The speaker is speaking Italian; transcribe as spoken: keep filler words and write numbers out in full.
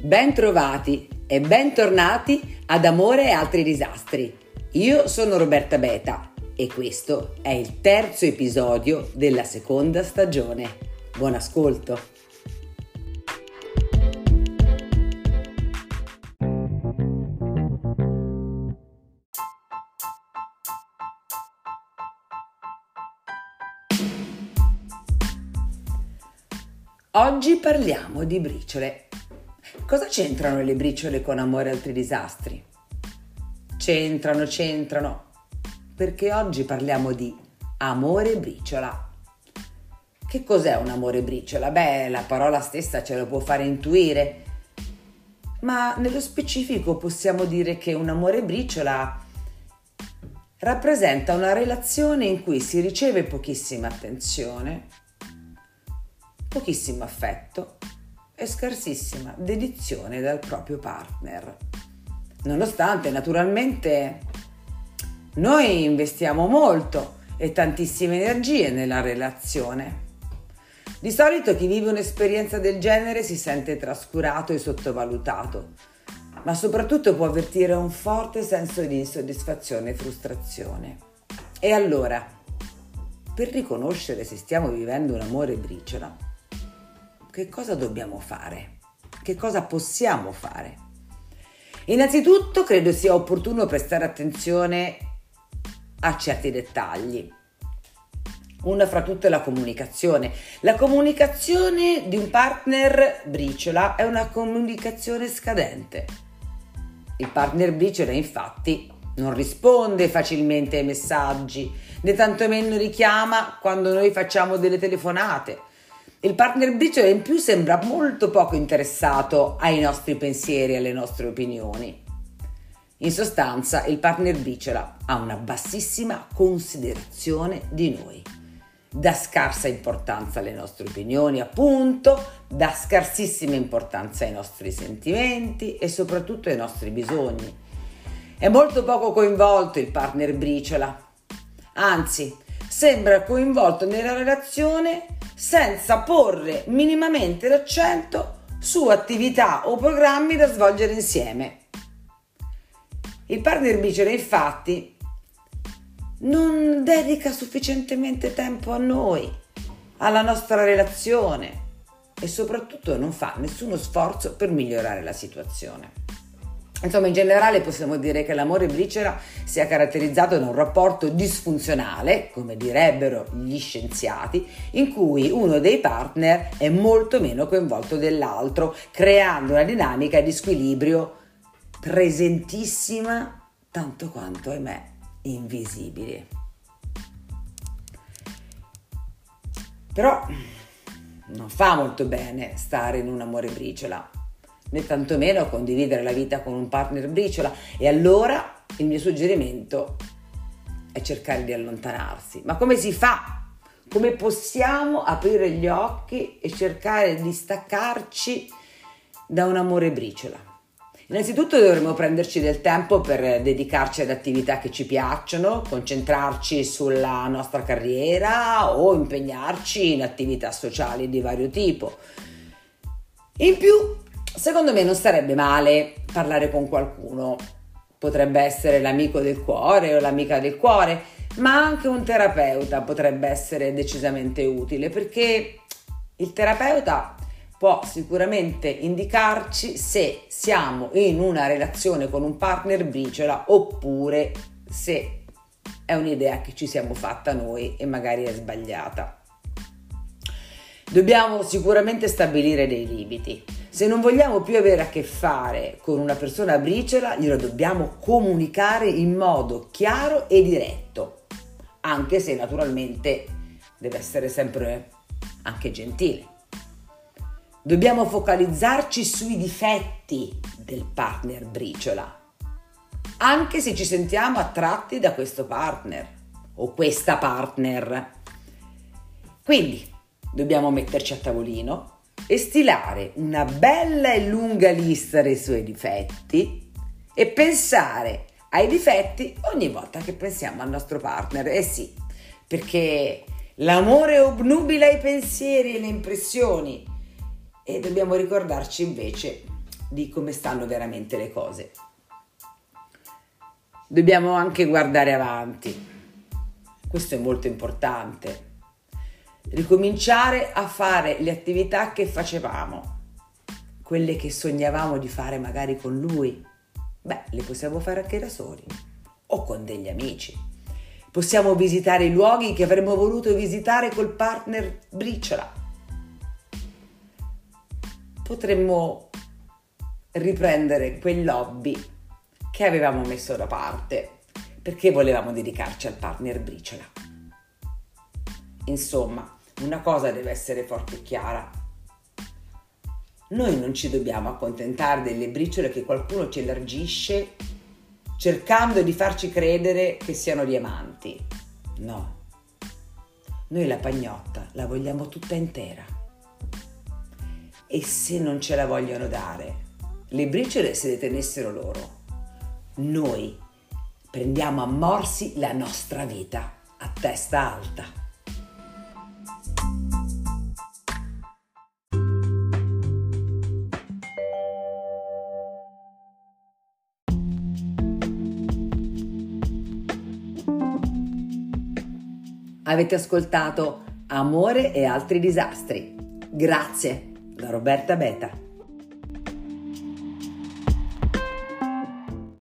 Bentrovati e bentornati ad Amore e altri disastri. Io sono Roberta Beta e questo è il terzo episodio della seconda stagione. Buon ascolto! Oggi parliamo di briciole. Cosa c'entrano le briciole con Amore e altri disastri? C'entrano, c'entrano, perché oggi parliamo di amore briciola. Che cos'è un amore briciola? Beh, la parola stessa ce lo può fare intuire, ma nello specifico possiamo dire che un amore briciola rappresenta una relazione in cui si riceve pochissima attenzione, pochissimo affetto e scarsissima dedizione dal proprio partner. Nonostante naturalmente noi investiamo molto e tantissime energie nella relazione. Di solito chi vive un'esperienza del genere si sente trascurato e sottovalutato, ma soprattutto può avvertire un forte senso di insoddisfazione e frustrazione. E allora, per riconoscere se stiamo vivendo un amore briciola, che cosa dobbiamo fare? Che cosa possiamo fare? Innanzitutto credo sia opportuno prestare attenzione a certi dettagli. Una fra tutte è la comunicazione. La comunicazione di un partner briciola è una comunicazione scadente. Il partner briciola infatti non risponde facilmente ai messaggi, né tantomeno richiama quando noi facciamo delle telefonate. Il partner briciola in più sembra molto poco interessato ai nostri pensieri e alle nostre opinioni. In sostanza, il partner briciola ha una bassissima considerazione di noi, dà scarsa importanza alle nostre opinioni, appunto, dà scarsissima importanza ai nostri sentimenti e soprattutto ai nostri bisogni. È molto poco coinvolto il partner briciola, anzi, sembra coinvolto nella relazione senza porre minimamente l'accento su attività o programmi da svolgere insieme. Il partner briciola infatti non dedica sufficientemente tempo a noi, alla nostra relazione e soprattutto non fa nessuno sforzo per migliorare la situazione. Insomma, in generale possiamo dire che l'amore briciola sia caratterizzato da un rapporto disfunzionale, come direbbero gli scienziati, in cui uno dei partner è molto meno coinvolto dell'altro, creando una dinamica di squilibrio presentissima, tanto quanto, ahimè, invisibile. Però non fa molto bene stare in un amore briciola, né tantomeno condividere la vita con un partner briciola, e allora il mio suggerimento è cercare di allontanarsi. Ma come si fa? Come possiamo aprire gli occhi e cercare di staccarci da un amore briciola? Innanzitutto dovremmo prenderci del tempo per dedicarci ad attività che ci piacciono, concentrarci sulla nostra carriera o impegnarci in attività sociali di vario tipo. In più, secondo me non sarebbe male parlare con qualcuno, potrebbe essere l'amico del cuore o l'amica del cuore, ma anche un terapeuta potrebbe essere decisamente utile, perché il terapeuta può sicuramente indicarci se siamo in una relazione con un partner briciola oppure se è un'idea che ci siamo fatta noi e magari è sbagliata. Dobbiamo sicuramente stabilire dei limiti. Se non vogliamo più avere a che fare con una persona briciola, glielo dobbiamo comunicare in modo chiaro e diretto, anche se naturalmente deve essere sempre anche gentile. Dobbiamo focalizzarci sui difetti del partner briciola, anche se ci sentiamo attratti da questo partner o questa partner. Quindi dobbiamo metterci a tavolino e stilare una bella e lunga lista dei suoi difetti e pensare ai difetti ogni volta che pensiamo al nostro partner. Eh sì, perché l'amore obnubila i pensieri e le impressioni e dobbiamo ricordarci invece di come stanno veramente le cose. Dobbiamo anche guardare avanti. Questo è molto importante. Ricominciare a fare le attività che facevamo, quelle che sognavamo di fare magari con lui. Beh, le possiamo fare anche da soli o con degli amici. Possiamo visitare i luoghi che avremmo voluto visitare col partner briciola. Potremmo riprendere quell'hobby che avevamo messo da parte perché volevamo dedicarci al partner briciola. Insomma, una cosa deve essere forte e chiara. Noi non ci dobbiamo accontentare delle briciole che qualcuno ci elargisce cercando di farci credere che siano diamanti. No. Noi la pagnotta la vogliamo tutta intera. E se non ce la vogliono dare, le briciole se le tenessero loro. Noi prendiamo a morsi la nostra vita a testa alta. Avete ascoltato Amore e altri disastri. Grazie da Roberta Beta.